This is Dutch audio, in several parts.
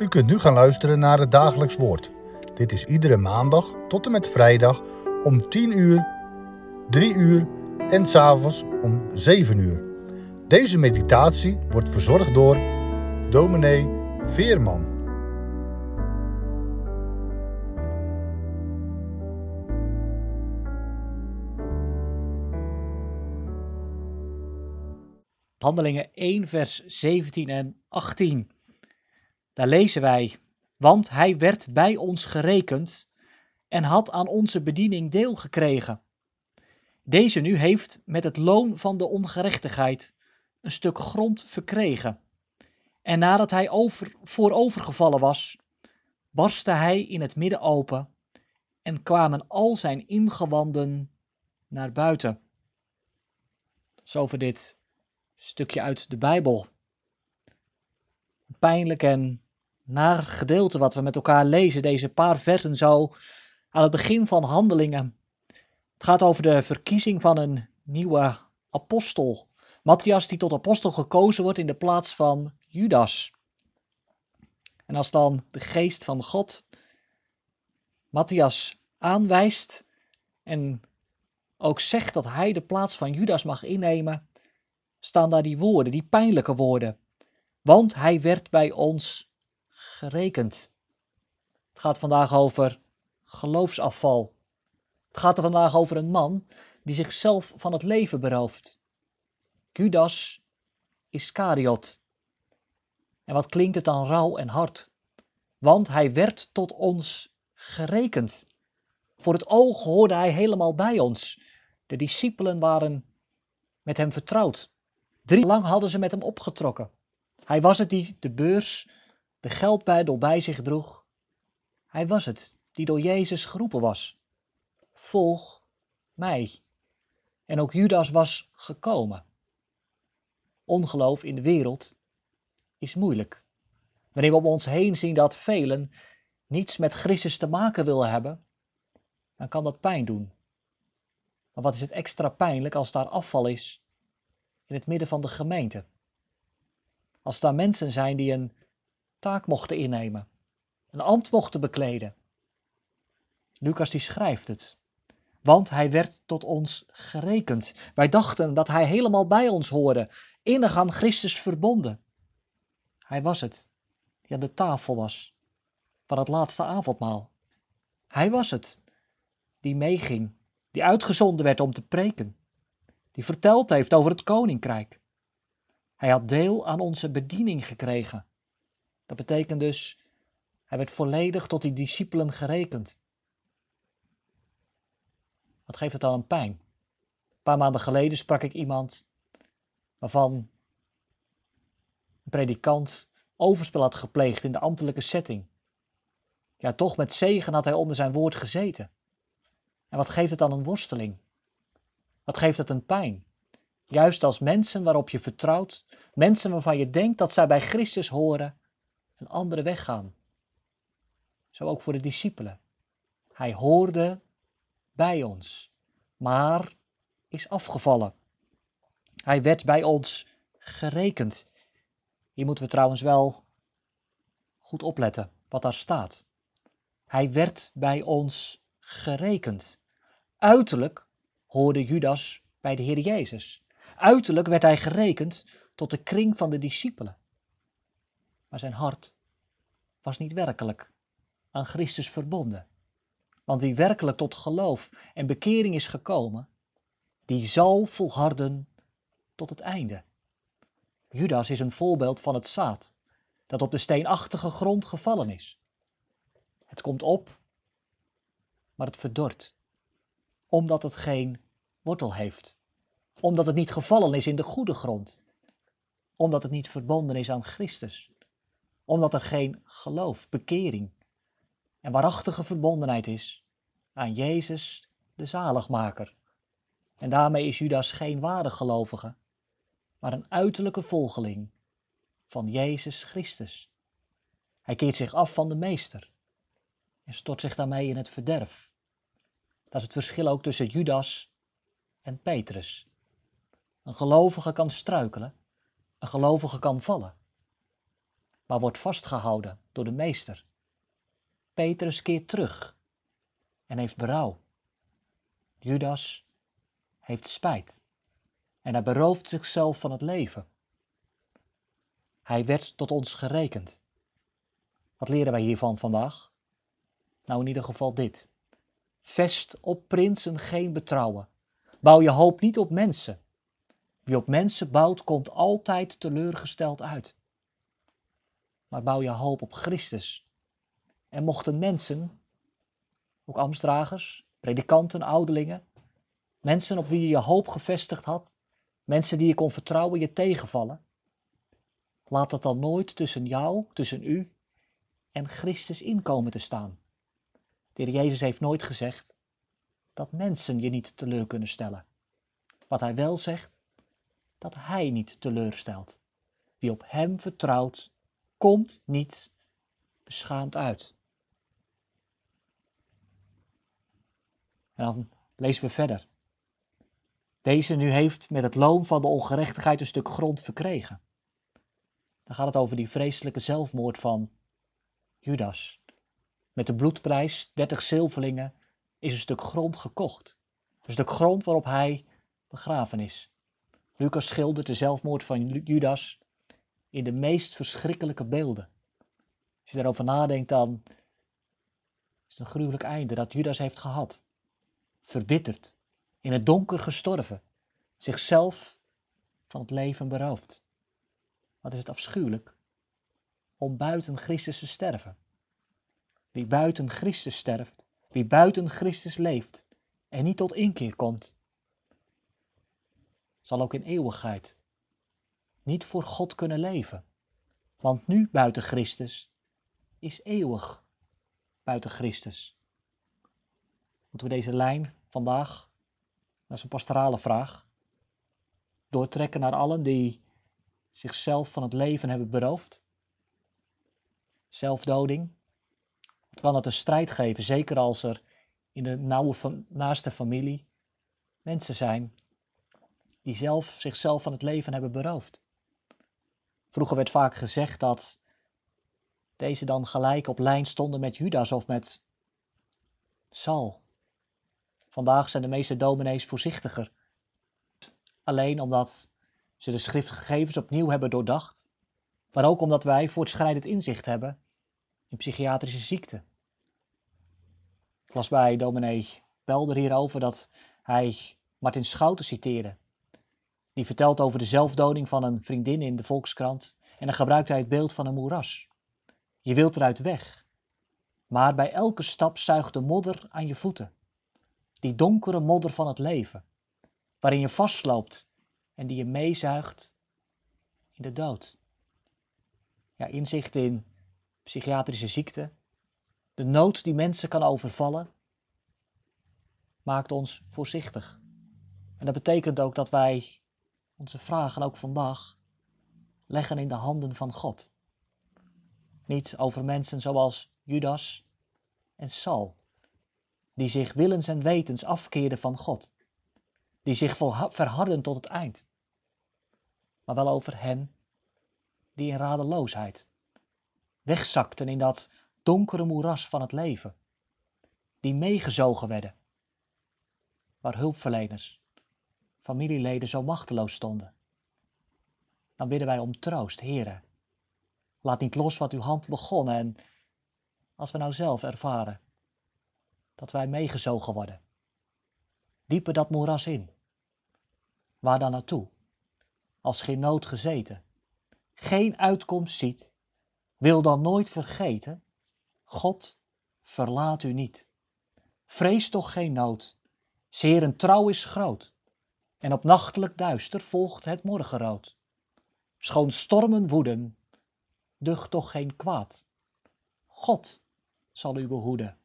U kunt nu gaan luisteren naar het dagelijks woord. Dit is iedere maandag tot en met vrijdag om 10 uur, 3 uur en 's avonds om 7 uur. Deze meditatie wordt verzorgd door dominee Veerman. Handelingen 1 vers 17 en 18. Daar lezen wij: want hij werd bij ons gerekend en had aan onze bediening deel gekregen. Deze nu heeft met het loon van de ongerechtigheid een stuk grond verkregen. En nadat hij voorovergevallen was, barstte hij in het midden open en kwamen al zijn ingewanden naar buiten. Zover dit stukje uit de Bijbel. Een pijnlijk en naar gedeelte wat we met elkaar lezen, deze paar versen zo aan het begin van Handelingen. Het gaat over de verkiezing van een nieuwe apostel. Matthias die tot apostel gekozen wordt in de plaats van Judas. En als dan de geest van God Matthias aanwijst en ook zegt dat hij de plaats van Judas mag innemen, staan daar die woorden, die pijnlijke woorden. Want hij werd bij ons gerekend. Het gaat vandaag over geloofsafval. Het gaat er vandaag over een man die zichzelf van het leven berooft. Judas Iskariot. En wat klinkt het dan rauw en hard? Want hij werd tot ons gerekend. Voor het oog hoorde hij helemaal bij ons. De discipelen waren met hem vertrouwd. 3 jaar lang hadden ze met hem opgetrokken. Hij was het die de beurs, de geldbuidel bij zich droeg. Hij was het die door Jezus geroepen was. Volg mij. En ook Judas was gekomen. Ongeloof in de wereld is moeilijk. Wanneer we om ons heen zien dat velen niets met Christus te maken willen hebben, dan kan dat pijn doen. Maar wat is het extra pijnlijk als daar afval is in het midden van de gemeente? Als daar mensen zijn die een taak mochten innemen, een ambt mochten bekleden. Lucas die schrijft het. Want hij werd tot ons gerekend. Wij dachten dat hij helemaal bij ons hoorde, innig aan Christus verbonden. Hij was het die aan de tafel was van het laatste avondmaal. Hij was het die meeging, die uitgezonden werd om te preken, die verteld heeft over het koninkrijk. Hij had deel aan onze bediening gekregen. Dat betekent dus, hij werd volledig tot die discipelen gerekend. Wat geeft het dan een pijn? Een paar maanden geleden sprak ik iemand waarvan een predikant overspel had gepleegd in de ambtelijke setting. Ja, toch met zegen had hij onder zijn woord gezeten. En wat geeft het dan een worsteling? Wat geeft het een pijn? Juist als mensen waarop je vertrouwt, mensen waarvan je denkt dat zij bij Christus horen, een andere weg gaan. Zo ook voor de discipelen. Hij hoorde bij ons, maar is afgevallen. Hij werd bij ons gerekend. Hier moeten we trouwens wel goed opletten wat daar staat. Hij werd bij ons gerekend. Uiterlijk hoorde Judas bij de Heer Jezus. Uiterlijk werd hij gerekend tot de kring van de discipelen. Maar zijn hart was niet werkelijk aan Christus verbonden. Want wie werkelijk tot geloof en bekering is gekomen, die zal volharden tot het einde. Judas is een voorbeeld van het zaad dat op de steenachtige grond gevallen is. Het komt op, maar het verdort, omdat het geen wortel heeft. Omdat het niet gevallen is in de goede grond. Omdat het niet verbonden is aan Christus. Omdat er geen geloof, bekering en waarachtige verbondenheid is aan Jezus, de zaligmaker. En daarmee is Judas geen ware gelovige, maar een uiterlijke volgeling van Jezus Christus. Hij keert zich af van de meester en stort zich daarmee in het verderf. Dat is het verschil ook tussen Judas en Petrus. Een gelovige kan struikelen, een gelovige kan vallen. maar wordt vastgehouden door de meester. Petrus keert terug en heeft berouw. Judas heeft spijt en hij berooft zichzelf van het leven. Hij werd tot ons gerekend. Wat leren wij hiervan vandaag? Nou, in ieder geval dit. Vest op prinsen geen betrouwen. Bouw je hoop niet op mensen. Wie op mensen bouwt, komt altijd teleurgesteld uit. Maar bouw je hoop op Christus. En mochten mensen, ook ambtsdragers, predikanten, ouderlingen, mensen op wie je je hoop gevestigd had, mensen die je kon vertrouwen, je tegenvallen, laat dat dan nooit tussen u en Christus inkomen te staan. De Heer Jezus heeft nooit gezegd dat mensen je niet teleur kunnen stellen. Wat hij wel zegt, dat hij niet teleurstelt. Wie op hem vertrouwt, komt niet beschaamd uit. En dan lezen we verder. Deze nu heeft met het loon van de ongerechtigheid een stuk grond verkregen. Dan gaat het over die vreselijke zelfmoord van Judas. Met de bloedprijs, 30 zilverlingen, is een stuk grond gekocht. Een stuk grond waarop hij begraven is. Lucas schildert de zelfmoord van Judas in de meest verschrikkelijke beelden. Als je daarover nadenkt, dan is het een gruwelijk einde dat Judas heeft gehad. Verbitterd, in het donker gestorven, zichzelf van het leven beroofd. Wat is het afschuwelijk om buiten Christus te sterven. Wie buiten Christus sterft, wie buiten Christus leeft en niet tot inkeer komt, zal ook in eeuwigheid niet voor God kunnen leven. Want nu buiten Christus is eeuwig buiten Christus. Moeten we deze lijn vandaag, dat is een pastorale vraag, doortrekken naar allen die zichzelf van het leven hebben beroofd? Zelfdoding. Het kan het een strijd geven, zeker als er in de naaste familie mensen zijn die zichzelf van het leven hebben beroofd. Vroeger werd vaak gezegd dat deze dan gelijk op lijn stonden met Judas of met Saul. Vandaag zijn de meeste dominees voorzichtiger. Alleen omdat ze de schriftgegevens opnieuw hebben doordacht, maar ook omdat wij voortschrijdend inzicht hebben in psychiatrische ziekten. Ik las bij dominee Belder hierover dat hij Martin Schouten citeerde. Die vertelt over de zelfdoding van een vriendin in de Volkskrant en dan gebruikt hij het beeld van een moeras. Je wilt eruit weg, maar bij elke stap zuigt de modder aan je voeten. Die donkere modder van het leven, waarin je vastloopt en die je meezuigt in de dood. Ja, inzicht in psychiatrische ziekte, de nood die mensen kan overvallen, maakt ons voorzichtig. En dat betekent ook dat wij onze vragen ook vandaag leggen in de handen van God. Niet over mensen zoals Judas en Saul, die zich willens en wetens afkeerden van God, die zich verharden tot het eind, maar wel over hen die in radeloosheid wegzakten in dat donkere moeras van het leven, die meegezogen werden, waar hulpverleners, familieleden zo machteloos stonden. Dan bidden wij om troost, Heere. Laat niet los wat uw hand begon en als we nou zelf ervaren dat wij meegezogen worden, dieper dat moeras in. Waar dan naartoe? Als geen nood gezeten, geen uitkomst ziet, wil dan nooit vergeten, God verlaat u niet. Vrees toch geen nood, 's Heeren trouw is groot, en op nachtelijk duister volgt het morgenrood. Schoon stormen woeden, ducht toch geen kwaad. God zal u behoeden.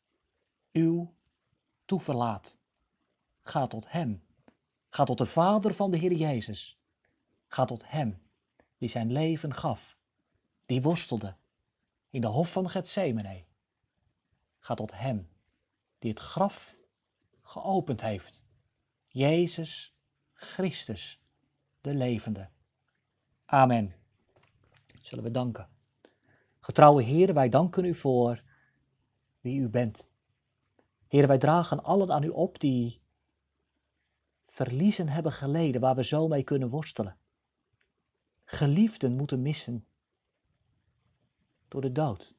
Uw toeverlaat. Ga tot hem. Ga tot de Vader van de Heer Jezus. Ga tot hem die zijn leven gaf, die worstelde in de hof van Getsemane. Ga tot hem die het graf geopend heeft. Jezus Christus, de levende. Amen. Zullen we danken. Getrouwe Heere, wij danken u voor wie u bent. Heere, wij dragen allen aan u op die verliezen hebben geleden waar we zo mee kunnen worstelen. Geliefden moeten missen door de dood.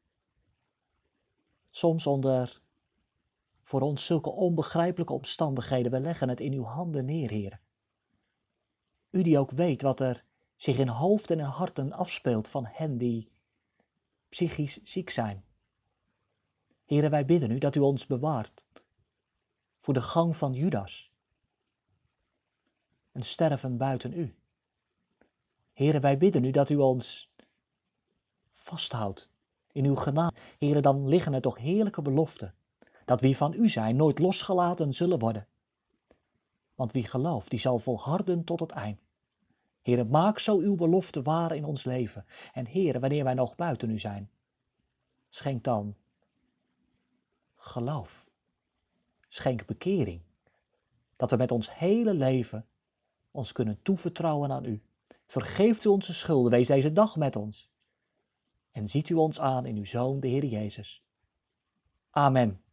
Soms onder voor ons zulke onbegrijpelijke omstandigheden. We leggen het in uw handen neer, Heer. U die ook weet wat er zich in hoofden en harten afspeelt van hen die psychisch ziek zijn. Heere, wij bidden u dat u ons bewaart voor de gang van Judas. Een sterven buiten u. Heere, wij bidden u dat u ons vasthoudt in uw genade. Heere, dan liggen er toch heerlijke beloften, dat wie van u zijn nooit losgelaten zullen worden. Want wie gelooft, die zal volharden tot het eind. Heere, maak zo uw belofte waar in ons leven. En Heere, wanneer wij nog buiten u zijn, schenk dan geloof. Schenk bekering. Dat we met ons hele leven ons kunnen toevertrouwen aan u. Vergeeft u onze schulden, wees deze dag met ons. En ziet u ons aan in uw Zoon, de Heer Jezus. Amen.